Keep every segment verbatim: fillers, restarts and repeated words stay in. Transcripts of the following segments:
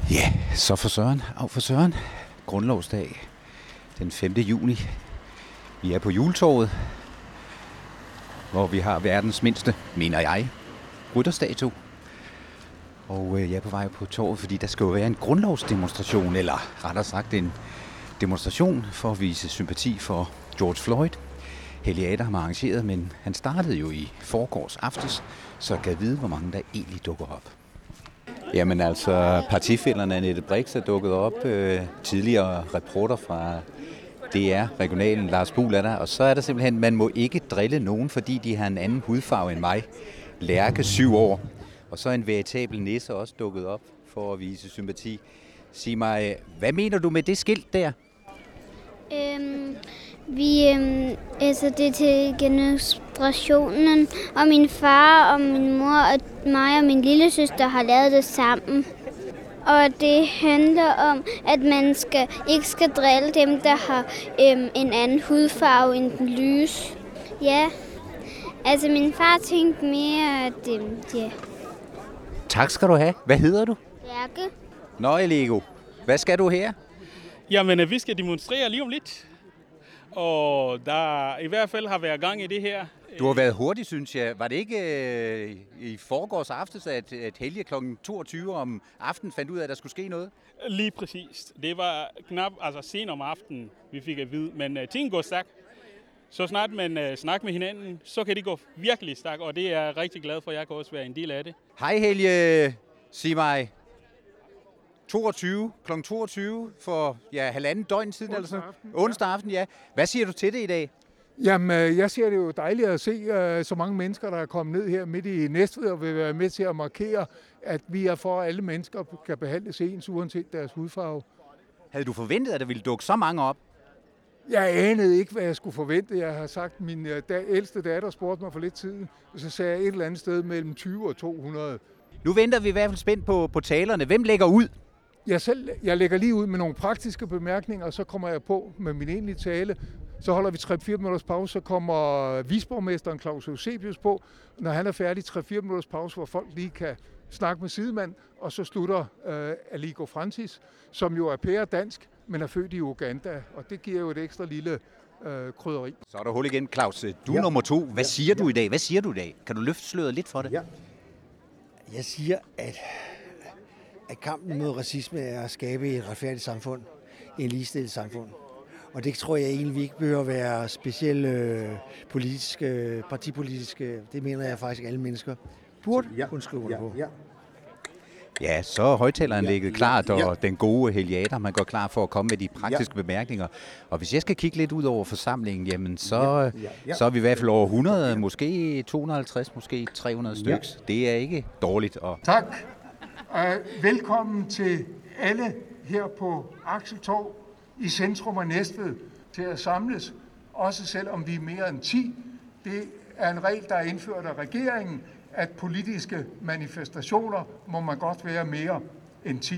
Ja, så for Søren, af for Søren. Grundlovsdag den femte juni. Vi er på Juletorvet, hvor vi har verdens mindste, mener jeg, rytterstatue. Og øh, jeg er på vej på torvet, fordi der skal jo være en grundlovsdemonstration, eller rettere sagt en demonstration for at vise sympati for George Floyd. Helge Adam har arrangeret, men han startede jo i forgårs aftes, så kan vide, hvor mange der egentlig dukker op. Jamen altså, partifællerne Annette Brix er dukket op, øh, tidligere reporter fra D R, regionalen, Lars Buhl er der, og så er der simpelthen, man må ikke drille nogen, fordi de har en anden hudfarve end mig. Lærke, syv år, og så en veritabel nisse også dukket op for at vise sympati. Sig mig, hvad mener du med det skilt der? Øhm, vi, øhm, altså det er til generationen, og min far og min mor og mig og min lille søster har lavet det sammen. Og det handler om, at man skal, ikke skal drille dem, der har øhm, en anden hudfarve end den lys. Ja, altså min far tænkte mere, at øhm, ja. Tak skal du have. Hvad hedder du? Lærke. Nå, Lego. Hvad skal du her? Jamen, vi skal demonstrere lige om lidt. Og der i hvert fald har været gang i det her. Du har været hurtig, synes jeg. Var det ikke øh, i forgårs aftes, at, at Helge klokken toogtyve om aftenen fandt ud af, at der skulle ske noget? Lige præcis. Det var knap altså sent om aftenen, vi fik at vide. Men uh, ting går stærkt. Så snart man uh, snakker med hinanden, så kan det gå virkelig stærkt. Og det er jeg rigtig glad for, at jeg kan også være en del af det. Hej Helge. Sig mig. toogtyve, klokken toogtyve for ja, halvanden døgn siden, eller sådan. Onsdag aften, ja. Hvad siger du til det i dag? Jamen, jeg siger det jo dejligt at se uh, så mange mennesker, der er kommet ned her midt i Næstved og vil være med til at markere, at vi er for, at alle mennesker kan behandles ens, uanset deres hudfarve. Havde du forventet, at der ville dukke så mange op? Jeg anede ikke, hvad jeg skulle forvente. Jeg har sagt, at min uh, da, ældste datter spurgte mig for lidt siden, og så sagde jeg et eller andet sted mellem tyve og to hundrede. Nu venter vi i hvert fald spændt på, på talerne. Hvem lægger ud? Jeg, selv, jeg lægger lige ud med nogle praktiske bemærkninger, og så kommer jeg på med min egentlige tale. Så holder vi tre til fire minutters pause, så kommer viceborgmesteren Claus Eusebius på. Når han er færdig, tre til fire minutters pause, hvor folk lige kan snakke med sidemand. Og så slutter øh, Aligo Francis, som jo er pæredansk, men er født i Uganda. Og det giver jo et ekstra lille øh, krydderi. Så er der hul igen, Claus. Du er ja. nummer to. Hvad siger ja. du i dag? Hvad siger du i dag? Kan du løfte sløret lidt for det? Ja. Jeg siger, at, at kampen mod racisme er at skabe et retfærdigt samfund, en ligestillet samfund. Og det tror jeg egentlig, vi ikke behøver at være specielt øh, politiske, partipolitiske. Det mener jeg faktisk, alle mennesker burde ja. kunne skrive under på. Ja, ja. ja, så er højtaleranlægget ja. klart, og ja. den gode Helge Adam, man går klar for at komme med de praktiske ja. bemærkninger. Og hvis jeg skal kigge lidt ud over forsamlingen, jamen så, ja. Ja. Ja. så er vi i hvert fald over hundrede, ja. måske to hundrede og halvtreds, måske tre hundrede stykker. Ja. Det er ikke dårligt. Og tak. Uh, velkommen til alle her på Akseltorv i centrum af Næstved til at samles, også selvom vi er mere end ti. Det er en regel, der er indført af regeringen, at politiske manifestationer må man godt være mere end ti.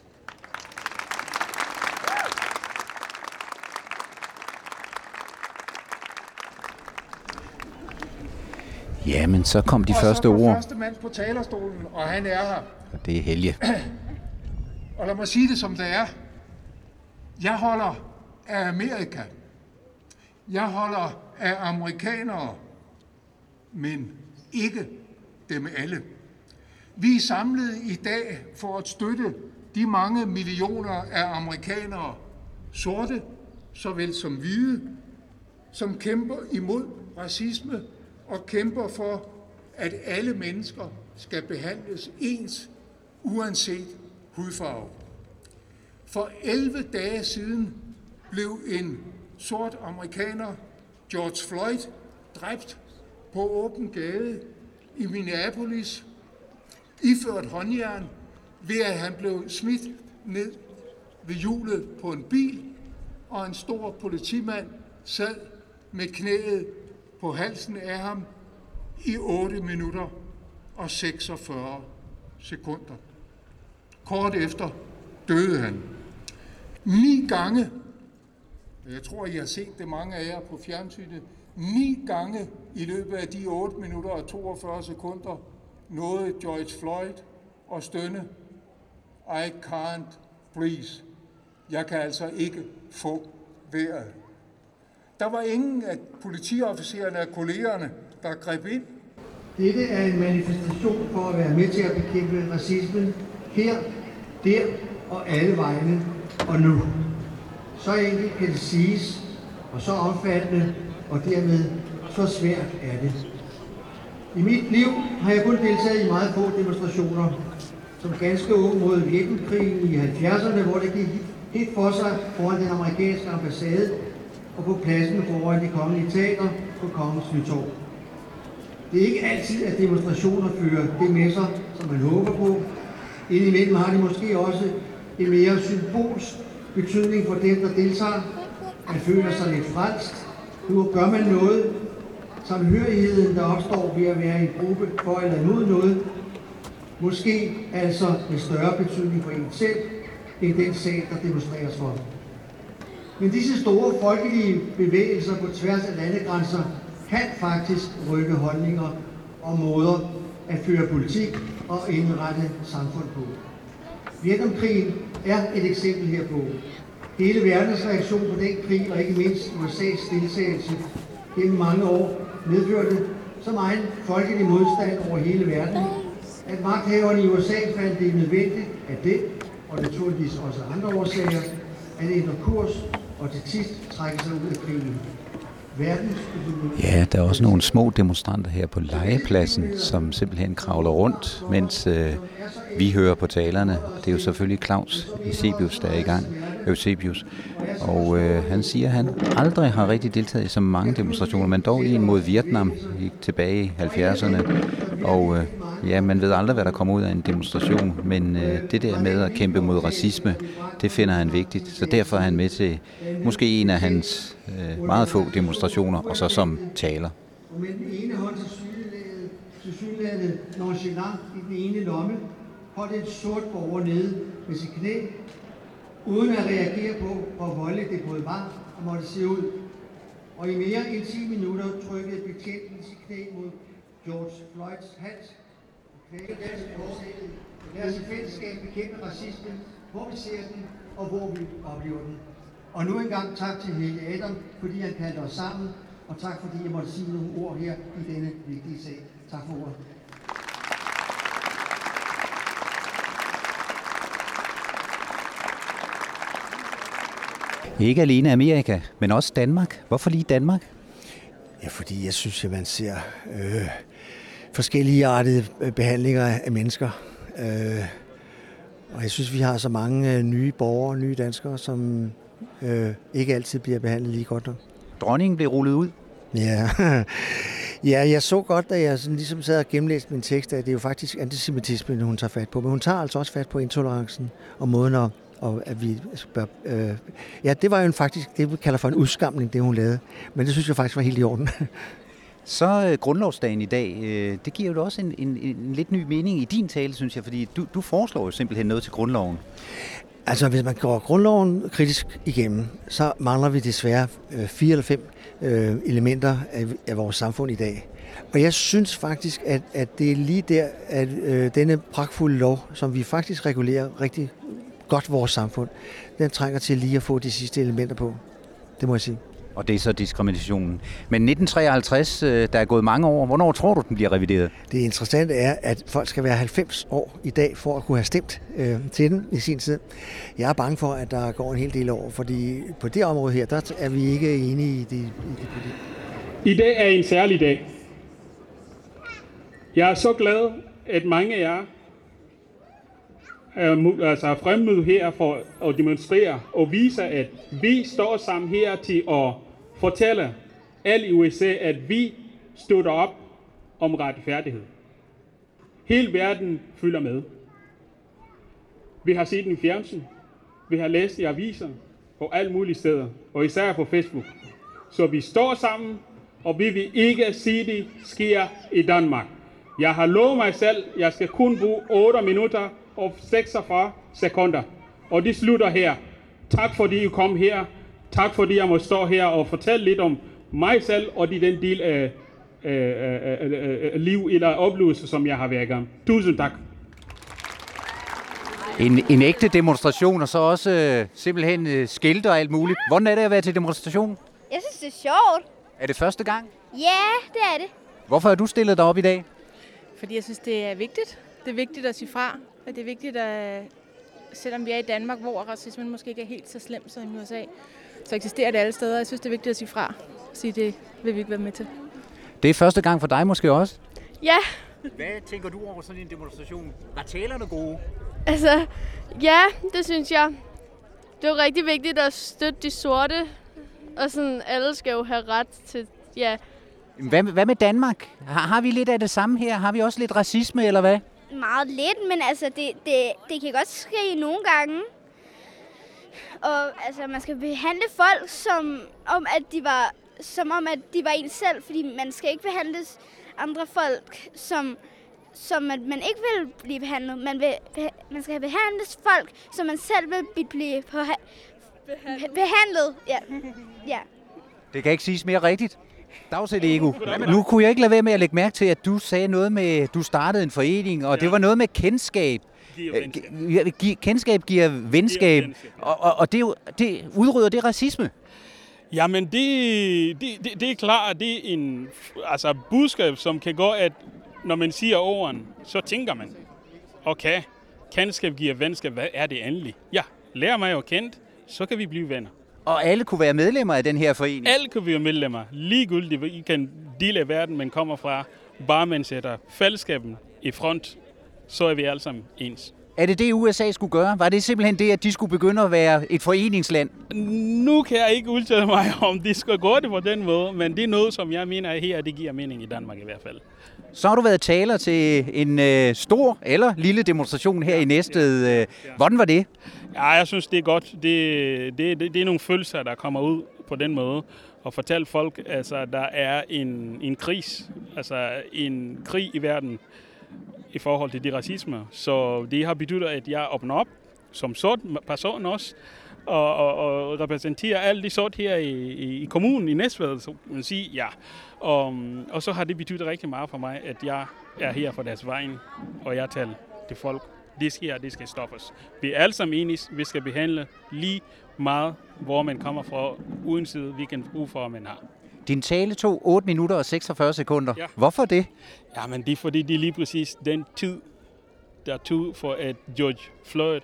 Jamen, så kom de og første så ord. Og første mand på talerstolen, og han er her. Og det er Helge. Og lad mig sige det, som det er. Jeg holder af Amerika. Jeg holder af amerikanere, men ikke dem alle. Vi er samlet i dag for at støtte de mange millioner af amerikanere, sorte såvel som hvide, som kæmper imod racisme og kæmper for, at alle mennesker skal behandles ens, uanset hudfarve. For elleve dage siden blev en sort amerikaner, George Floyd, dræbt på åben gade i Minneapolis, iført håndjern, ved at han blev smidt ned ved hjulet på en bil, og en stor politimand sad med knæet på halsen af ham i otte minutter og seksogfyrre sekunder. Kort efter døde han. Ni gange, jeg tror, I har set det mange af jer på fjernsynet, ni gange i løbet af de otte minutter og toogfyrre sekunder nåede George Floyd at stønne I can't breathe. Jeg kan altså ikke få vejret. Der var ingen af politiofficererne og kollegerne, der greb ind. Dette er en manifestation for at være med til at bekæmpe racismen her, der og alle vegne og nu. Så enkelt kan det siges, og så omfattende, og dermed så svært er det. I mit liv har jeg kun deltaget i meget få demonstrationer. Som ganske ung mod Vietnamkrigen i halvfjerdserne, hvor det gik helt for sig foran den amerikanske ambassade og på pladsen foran de kongelige teater på Kongens Nytorv. Det er ikke altid, at demonstrationer fører det med sig, som man håber på. Indimellem har de måske også en mere symbolsk betydning for dem, der deltager. Man føler sig lidt frelst. Nu gør man noget. Samhørigheden, der opstår ved at være en gruppe for eller imod noget, måske altså med større betydning for en selv, end den sag, der demonstreres for. Men disse store folkelige bevægelser på tværs af landegrænser kan faktisk rykke holdninger og måder at føre politik og indrette samfund på. Vietnamkrigen er et eksempel herpå. Hele verdens reaktion på den krig, og ikke mindst U S A's deltagelse gennem mange år, medførte så meget folkelig modstand over hele verden, at magthaverne i U S A fandt det nødvendigt, at det, og naturligvis også andre årsager, at ændre kurs og til sidst trække sig ud af krigen. Ja, der er også nogle små demonstranter her på legepladsen, som simpelthen kravler rundt, mens øh, vi hører på talerne. Det er jo selvfølgelig Claus Eusebius, der er i gang. Eusebius. Og øh, han siger, at han aldrig har rigtig deltaget i så mange demonstrationer, men dog en mod Vietnam tilbage i halvfjerdserne. Og øh, ja, man ved aldrig, hvad der kommer ud af en demonstration, men øh, det der med at kæmpe mod racisme, det finder han vigtigt. Så derfor er han med til måske en af hans øh, meget få demonstrationer, og så som taler. Og med den ene hånd til synligheden nonchalant i den ene lomme, holdt et sort borger nede med sit knæ, uden at reagere på, hvor voldeligt det både var og måtte se ud. Og i mere end ti minutter trykkede betjenten sit knæ mod George Floyds hals. Lad os i fællesskab bekæmpe racismen, hvor vi ser den og hvor vi oplever den. Og nu engang tak til Helge Adam, fordi han kaldte os sammen, og tak fordi jeg måtte sige nogle ord her i denne vigtige sag. Tak for ordet. Ikke alene Amerika, men også Danmark. Hvorfor lige Danmark? Ja, fordi jeg synes, at man ser øh, forskellige artede behandlinger af mennesker. Øh, og jeg synes, vi har så mange øh, nye borgere, nye danskere, som øh, ikke altid bliver behandlet lige godt nok. Dronningen blev rullet ud. Ja, ja, jeg så godt, da jeg sådan ligesom sad og gennemlæste min tekst, at det er jo faktisk antisemitismen, hun tager fat på. Men hun tager altså også fat på intolerancen og måden at, og at vi bør, øh, ja, det var jo en faktisk, det vi kalder for en udskamning, det hun lavede. Men det synes jeg faktisk var helt i orden. Så øh, grundlovsdagen i dag, øh, det giver jo også en, en, en lidt ny mening i din tale, synes jeg, fordi du, du foreslår jo simpelthen noget til grundloven. Altså, hvis man går grundloven kritisk igennem, så mangler vi desværre øh, fire eller fem øh, elementer af, af vores samfund i dag. Og jeg synes faktisk, at, at det er lige der, at øh, denne pragtfulde lov, som vi faktisk regulerer rigtig godt vores samfund, den trænger til lige at få de sidste elementer på. Det må jeg sige. Og det er så diskriminationen. Men nitten treoghalvtreds, der er gået mange år. Hvornår tror du, den bliver revideret? Det interessante er, at folk skal være halvfems år i dag for at kunne have stemt øh, til den i sin tid. Jeg er bange for, at der går en hel del år, fordi på det område her, der er vi ikke enige i det. I, det. I dag er en særlig dag. Jeg er så glad, at mange af jer er altså fremmøde her for at demonstrere og vise, at vi står sammen her til at fortælle alle i U S A, at vi støtter op om retfærdighed. Hele verden følger med. Vi har set den i fjernsyn, vi har læst i aviser og alle mulige steder, og især på Facebook. Så vi står sammen, og vi vil ikke sige, det sker i Danmark. Jeg har lovet mig selv, at jeg skal kun bruge otte minutter og seksogfyrre sekunder. Og det slutter her. Tak fordi I kom her. Tak fordi jeg må stå her og fortælle lidt om mig selv og de den del af, af, af, af, af liv eller oplevelse, som jeg har været i gang. Tusind tak. En, en ægte demonstration, og så også øh, simpelthen øh, skilte og alt muligt. Hvordan er det at være til demonstration? Jeg synes, det er sjovt. Er det første gang? Ja, det er det. Hvorfor har du stillet dig op i dag? Fordi jeg synes, det er vigtigt. Det er vigtigt at sige fra. Og det er vigtigt, at selvom vi er i Danmark, hvor racismen måske ikke er helt så slem som i U S A, så eksisterer det alle steder. Jeg synes, det er vigtigt at sige fra. Sige, det vil vi ikke være med til. Det er første gang for dig måske også? Ja. Hvad tænker du over sådan en demonstration? Var talerne gode? Altså, ja, det synes jeg. Det er jo rigtig vigtigt at støtte de sorte, og sådan, alle skal jo have ret til, ja. Hvad, hvad med Danmark? Har, har vi lidt af det samme her? Har vi også lidt racisme, eller hvad? Meget lidt, men altså, det, det, det kan godt ske nogle gange. Og altså, man skal behandle folk som om, at de var, som om, at de var en selv, fordi man skal ikke behandle andre folk, som, som at man ikke vil blive behandlet. Man, vil, man skal behandle folk, som man selv vil blive behandlet. behandlet. Ja. Ja. Det kan ikke siges mere rigtigt. Dagsæt Ego. Nu kunne jeg ikke lade være med at lægge mærke til, at du sagde noget med, du startede en forening, og ja. Det var noget med kendskab. Gi- kendskab giver venskab, og, og, og det, er jo, det udrydder det racisme. Jamen, det, det, det, det er klart, det er en altså, budskab, som kan gå, at når man siger ordene, så tænker man, okay, kendskab giver venskab, hvad er det endelig? Ja, lær mig at kende, så kan vi blive venner. Og alle kunne være medlemmer af den her forening? Alle kunne være medlemmer. Ligegyldigt, I kan dele af verden, man kommer fra, bare man sætter fællesskaben i front, så er vi alle sammen ens. Er det det, U S A skulle gøre? Var det simpelthen det, at de skulle begynde at være et foreningsland? Nu kan jeg ikke udtale mig, om de skal gå det på den måde, men det er noget, som jeg mener her, det giver mening i Danmark i hvert fald. Så har du været taler til en øh, stor eller lille demonstration her ja, i Næstved. Ja, ja. Hvordan var det? Ja, jeg synes, det er godt. Det, det, det, det er nogle følelser, der kommer ud på den måde. Og fortælle folk, at altså, der er en, en kris, altså en krig i verden i forhold til de racisme. Så det har betydet, at jeg åbner op som sort person også, og, og, og repræsenterer alle de sort her i, i, i kommunen i Næstved, så man sige, ja. Og, og så har det betydet rigtig meget for mig, at jeg er her for deres vejen, og jeg taler til folk. Det sker, det skal stoppes. Vi er alle sammen enige, vi skal behandle lige meget, hvor man kommer fra, uden side, hvilken brug for man har. Din tale tog otte minutter og seksogfyrre sekunder. Ja. Hvorfor det? Jamen, det er fordi, det er lige præcis den tid, der tog for at George Floyd,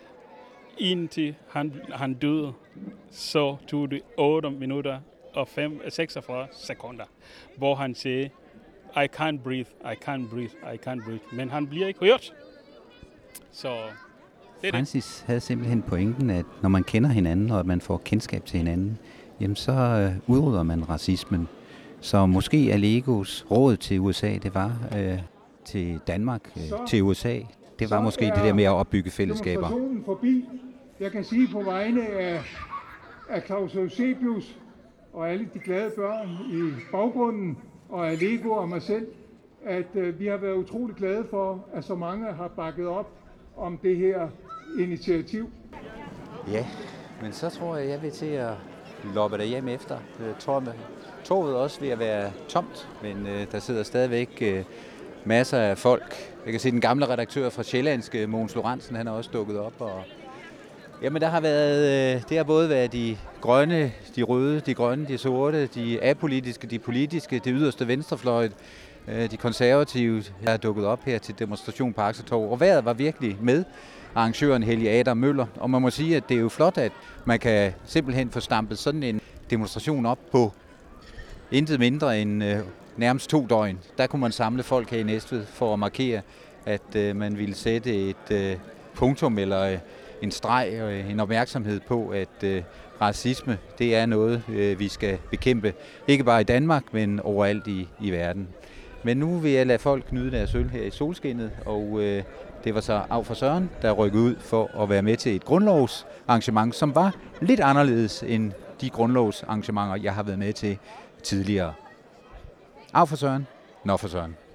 indtil han, han døde, så tog det otte minutter og seksogfyrre sekunder, hvor han sagde, I can't breathe, I can't breathe, I can't breathe. Men han bliver ikke hørt. Så det er Francis det. Havde simpelthen pointen, at når man kender hinanden, og at man får kendskab til hinanden, jamen så øh, udrydder man racismen. Så måske er Legos råd til U S A, det var øh, til Danmark, øh, til U S A, det var måske det der med at opbygge fællesskaber. Demonstrationen forbi. Jeg kan sige på vegne af, af Claus Eusebius og alle de glade børn i baggrunden, og af Lego og mig selv, at øh, vi har været utrolig glade for, at så mange har bakket op om det her initiativ. Ja, men så tror jeg, jeg vil til at loppe dig hjem efter. Toget er også ved at være tomt, men øh, der sidder stadigvæk øh, masser af folk. Jeg kan se den gamle redaktør fra Sjællandske, Mogens Lorentzen, han er også dukket op. Og jamen, der har været, øh, det har både været de grønne, de røde, de grønne, de sorte, de apolitiske, de politiske, det yderste venstrefløj, øh, de konservative, der er dukket op her til demonstration på Aksetorv. Og vejret var virkelig med. Arrangøren Helge Adam Møller, og man må sige, at det er jo flot, at man kan simpelthen få stampet sådan en demonstration op på intet mindre end øh, nærmest to døgn. Der kunne man samle folk her i Næstved for at markere, at øh, man ville sætte et øh, punktum eller øh, en streg og øh, en opmærksomhed på, at øh, racisme, det er noget, øh, vi skal bekæmpe. Ikke bare i Danmark, men overalt i, i verden. Men nu vil jeg lade folk nyde deres øl her i solskinnet, og øh, det var så Av for Søren, der rykkede ud for at være med til et grundlovsarrangement, som var lidt anderledes end de grundlovsarrangementer, jeg har været med til tidligere. Av for Søren, Nå for Søren.